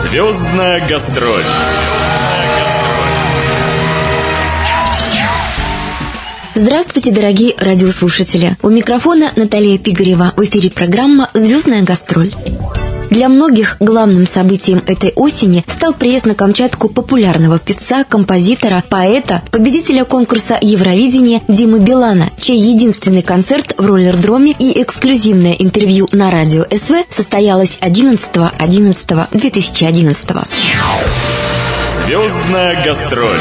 Звездная гастроль. Здравствуйте, дорогие радиослушатели! У микрофона Наталья Пигарева. В эфире программа «Звездная гастроль». Для многих главным событием этой осени стал приезд на Камчатку популярного певца, композитора, поэта, победителя конкурса Евровидения Димы Билана, чей единственный концерт в роллердроме и эксклюзивное интервью на радио СВ состоялось 11.11.2011. Звездная гастроль.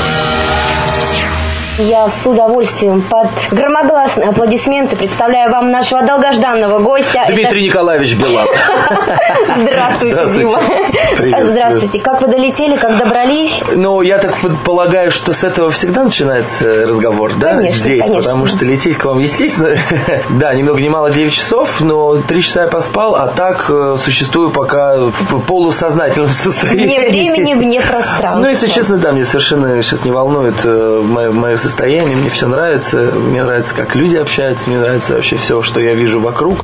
Я с удовольствием под громогласные аплодисменты представляю вам нашего долгожданного гостя. Дмитрий Николаевич Билан. Здравствуйте, Дима. Здравствуйте. Как вы долетели, как добрались? Ну, я так полагаю, что с этого всегда начинается разговор, да? Конечно, здесь, конечно. Потому что лететь к вам, естественно, да, ни много ни мало 9 часов, но 3 часа я поспал, а так существую пока в полусознательном состоянии. Вне времени, вне пространства. Ну, если честно, да, мне совершенно сейчас не волнует мое состояние, мне все нравится, мне нравится, как люди общаются, мне нравится вообще все, что я вижу вокруг.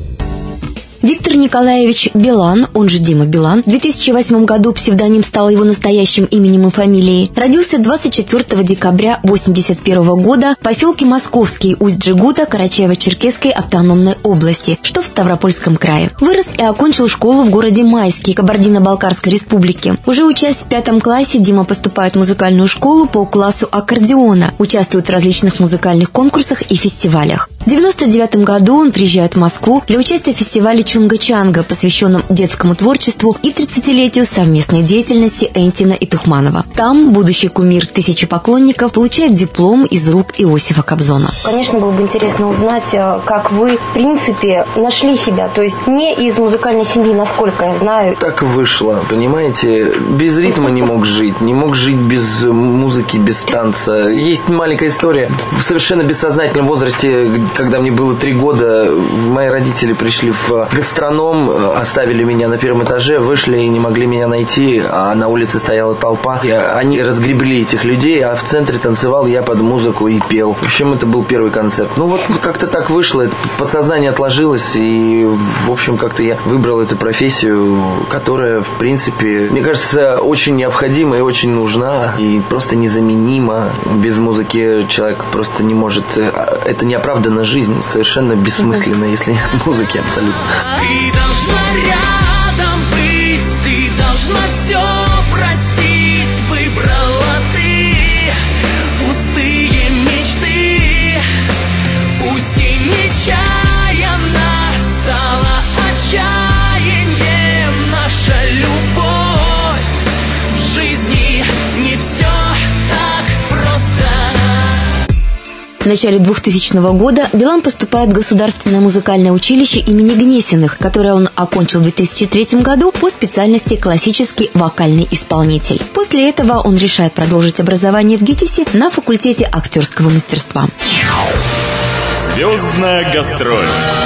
Виктор Николаевич Билан, он же Дима Билан, в 2008 году псевдоним стал его настоящим именем и фамилией. Родился 24 декабря 1981 года в поселке Московский Усть-Джегута Карачаево-Черкесской автономной области, что в Ставропольском крае. Вырос и окончил школу в городе Майский Кабардино-Балкарской республики. Уже учась в 5 классе, Дима поступает в музыкальную школу по классу аккордеона, участвует в различных музыкальных конкурсах и фестивалях. В 1999 году он приезжает в Москву для участия в фестивале Чунга-Чанга, посвященном детскому творчеству и 30-летию совместной деятельности Энтина и Тухманова. Там будущий кумир тысячи поклонников получает диплом из рук Иосифа Кобзона. Конечно, было бы интересно узнать, как вы, в принципе, нашли себя. То есть не из музыкальной семьи, насколько я знаю. Так вышло, понимаете? Без ритма не мог жить без музыки, без танца. Есть маленькая история. В совершенно бессознательном возрасте, когда мне было 3 года, мои родители пришли в гастроном, оставили меня на 1 этаже, вышли и не могли меня найти, а на улице стояла толпа. Они разгребли этих людей, а в центре танцевал я под музыку и пел. В общем, это был первый концерт. Ну вот как-то так вышло, это подсознание отложилось, и в общем как-то я выбрал эту профессию, которая, в принципе, мне кажется, очень необходима и очень нужна, и просто незаменима. Без музыки человек просто не может, это неоправданная жизнь, совершенно бессмысленно, если нет музыки абсолютно. Ты должна рядом быть, ты должна все простить. Выбрала ты пустые мечты, пусть и нечаянно стала отчаянием наша любовь. В жизни не все так просто. В начале 2000 года Билан поступает в Государственное музыкальное училище имени Гнесиных, которое он окончил в 2003 году по специальности классический вокальный исполнитель. После этого он решает продолжить образование в ГИТИСе на факультете актерского мастерства. Звездная гастроль.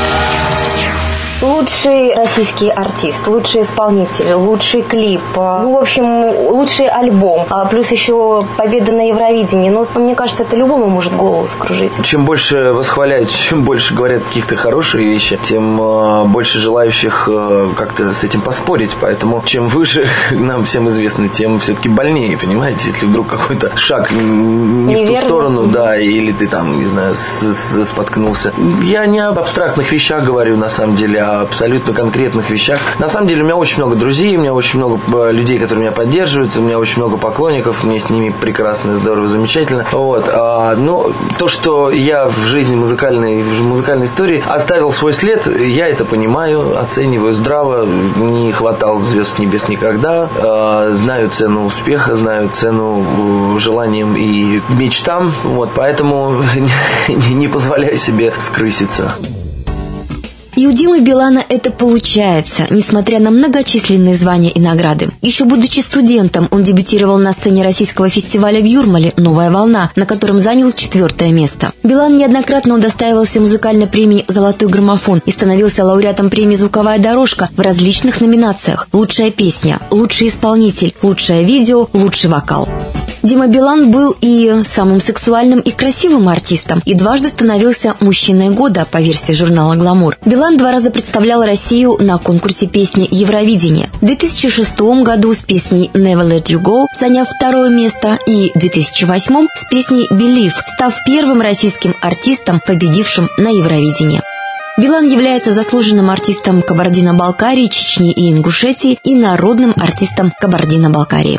Лучший российский артист, лучший исполнитель, лучший клип, ну, в общем, лучший альбом, плюс еще победа на Евровидении. Ну, мне кажется, это любому может голову скружить. Чем больше восхваляют, чем больше говорят каких-то хороших вещей, тем больше желающих как-то с этим поспорить. Поэтому чем выше, нам всем известно, тем все-таки больнее, понимаете? Если вдруг какой-то шаг не в ту сторону, да, или ты там, не знаю, споткнулся. Я не об абстрактных вещах говорю, на самом деле, а абсолютно конкретных вещах. На самом деле у меня очень много друзей, у меня очень много людей, которые меня поддерживают, у меня очень много поклонников, мне с ними прекрасно, здорово, замечательно. Вот. Но то, что я в жизни музыкальной истории оставил свой след, я это понимаю, оцениваю здраво, не хватало звезд с небес никогда, знаю цену успеха, знаю цену желаниям и мечтам, вот, поэтому не позволяю себе скрыситься. И у Димы Билана это получается, несмотря на многочисленные звания и награды. Еще будучи студентом, он дебютировал на сцене российского фестиваля в Юрмале «Новая волна», на котором занял 4-е место. Билан неоднократно удостаивался музыкальной премии «Золотой граммофон» и становился лауреатом премии «Звуковая дорожка» в различных номинациях: «Лучшая песня», «Лучший исполнитель», «Лучшее видео», «Лучший вокал». Дима Билан был и самым сексуальным и красивым артистом, и дважды становился мужчиной года по версии журнала «Гламур». Билан 2 раза представлял Россию на конкурсе песни «Евровидение». В 2006 году с песней «Never Let You Go», заняв 2 место, и в 2008 с песней «Believe», став первым российским артистом, победившим на Евровидении. Билан является заслуженным артистом Кабардино-Балкарии, Чечни и Ингушетии и народным артистом Кабардино-Балкарии.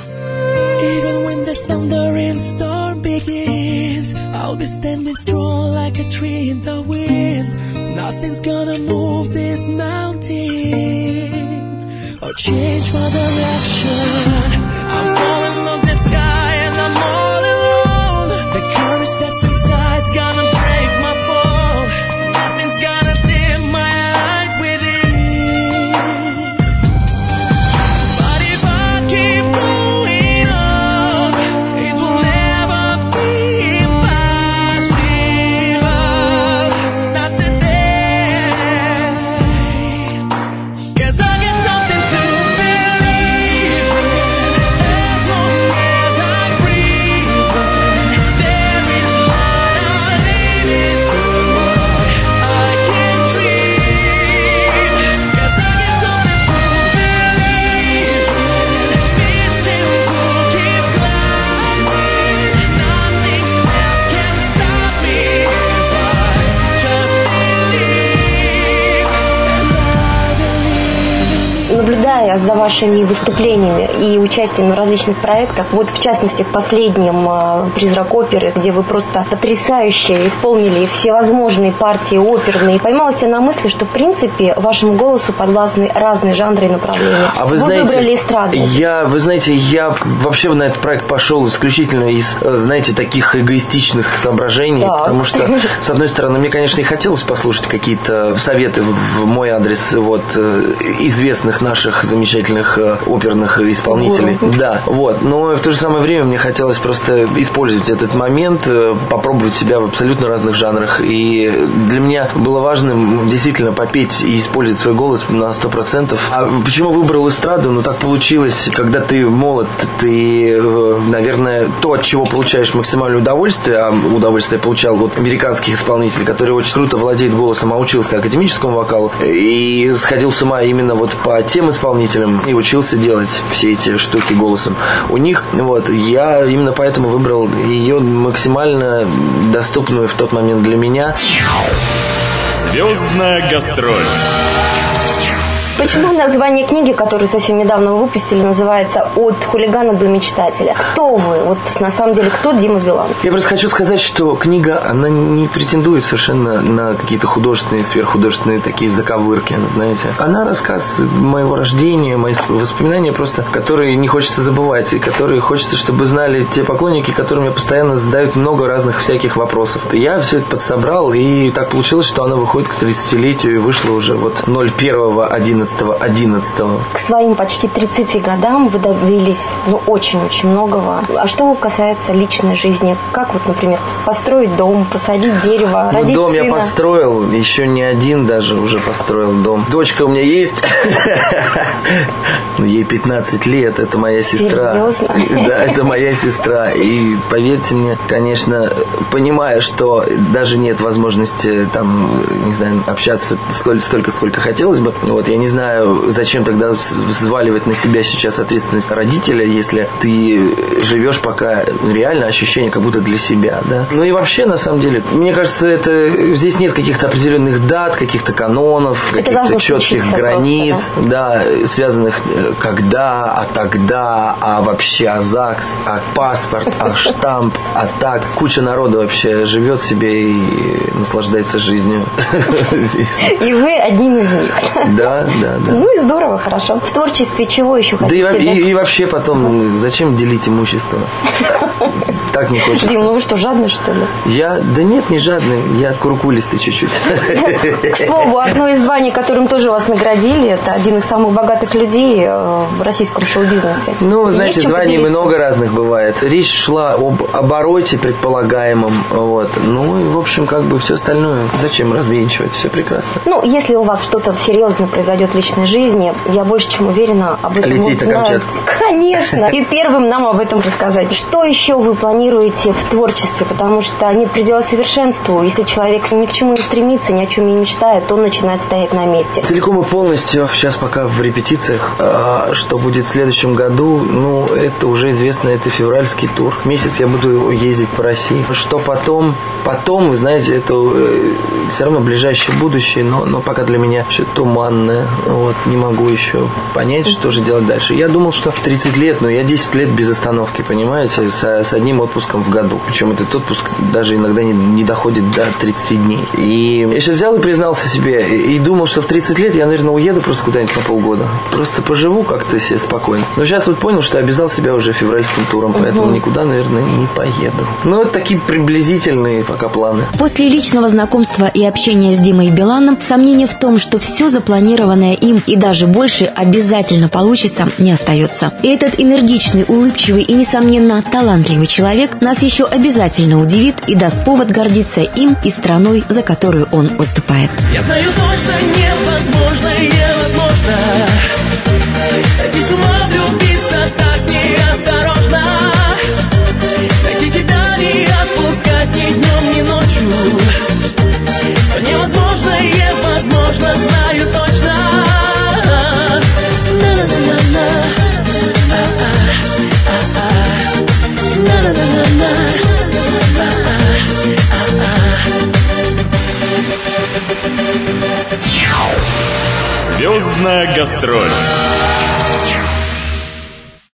Наблюдая за вашими выступлениями и участием в различных проектах, вот в частности в последнем «Призрак оперы», где вы просто потрясающе исполнили всевозможные партии оперные, поймалась я на мысли, что в принципе вашему голосу подвластны разные жанры и направления. А вы знаете, выбрали эстраду. Вы знаете, я вообще на этот проект пошел исключительно из, знаете, таких эгоистичных соображений, Так. потому что, с одной стороны, мне, конечно, и хотелось послушать какие-то советы в мой адрес известных наших замечательных оперных исполнителей. Да, вот. Но в то же самое время мне хотелось просто использовать этот момент, попробовать себя в абсолютно разных жанрах. И для меня было важным действительно попеть и использовать свой голос на 100%. А почему выбрал эстраду? Ну, так получилось, когда ты молод, ты, наверное, то, от чего получаешь максимальное удовольствие, а удовольствие получал вот американских исполнителей, которые очень круто владеют голосом, а учился академическому вокалу, и сходил с ума именно вот по тем исполнителям и учился делать все эти штуки голосом у них. Вот, я именно поэтому выбрал ее максимально доступную в тот момент для меня. Звездная гастроль. Почему название книги, которую совсем недавно вы выпустили, называется «От хулигана до мечтателя»? Кто вы? Вот на самом деле, кто Дима Билан? Я просто хочу сказать, что книга, она не претендует совершенно на какие-то художественные, сверххудожественные такие заковырки, знаете. Она рассказ моего рождения, мои воспоминания просто, которые не хочется забывать, и которые хочется, чтобы знали те поклонники, которым мне постоянно задают много разных всяких вопросов. Я все это подсобрал, и так получилось, что она выходит к 30-летию и вышла уже вот 01.11.11. К своим почти 30 годам вы добились очень-очень многого. А что касается личной жизни? Как вот, например, построить дом, посадить дерево, родить дом сына? Я построил, еще не один даже уже построил дом. Дочка у меня есть, ей 15 лет, это моя сестра. Серьезно? Да, это моя сестра. И поверьте мне, конечно, понимая, что даже нет возможности там, не знаю, общаться столько, сколько хотелось бы, вот, я не знаю, зачем тогда взваливать на себя сейчас ответственность родителя, если ты живешь пока реально ощущение как будто для себя, да. Ну и вообще, на самом деле, мне кажется, здесь нет каких-то определенных дат, каких-то канонов, каких-то четких границ, просто, да, связанных когда, а тогда, а вообще, а ЗАГС, а паспорт, а штамп, а так. Куча народа вообще живет себе и наслаждается жизнью. И вы одним из них. Да. Ну и здорово, хорошо. В творчестве чего еще хотите? Да и вообще потом, зачем делить имущество? Так не хочется. Дим, ну вы что, жадный, что ли? Да нет, не жадный, я куркулистый чуть-чуть. К слову, одно из званий, которым тоже вас наградили, это один из самых богатых людей в российском шоу-бизнесе. Ну, знаете, званий много разных бывает. Речь шла об обороте предполагаемом, вот. Ну, и, в общем, как бы все остальное. Зачем развенчивать? Все прекрасно. Ну, если у вас что-то серьезное произойдет личной жизни. Я больше чем уверена, об этом узнают. Конечно. И первым нам об этом рассказать. Что еще вы планируете в творчестве? Потому что нет предела совершенству. Если человек ни к чему не стремится, ни о чем не мечтает, то он начинает стоять на месте. Целиком и полностью, сейчас пока в репетициях, что будет в следующем году, это уже известно, это февральский тур. Месяц я буду ездить по России. Что потом? Потом, вы знаете, это все равно ближайшее будущее, но пока для меня еще туманное. Не могу еще понять, что же делать дальше. Я думал, что в 30 лет, я 10 лет без остановки, понимаете, с одним отпуском в году. Причем этот отпуск даже иногда не доходит до 30 дней. И я сейчас взял и признался себе, и думал, что в 30 лет я, наверное, уеду просто куда-нибудь на полгода. Просто поживу как-то себе спокойно. Но сейчас понял, что обязал себя уже февральским туром, поэтому никуда, наверное, не поеду. Это такие приблизительные пока планы. После личного знакомства и общения с Димой Биланом сомнения в том, что все запланированное им и даже больше обязательно получится, не остается. И этот энергичный, улыбчивый и, несомненно, талантливый человек нас еще обязательно удивит и даст повод гордиться им и страной, за которую он выступает. Я знаю точно, невозможно сойти с ума, влюбиться так неосторожно, найти тебя, не отпускать ни днем, ни ночью. Все невозможное возможно, знаю точно. Звездная гастроль.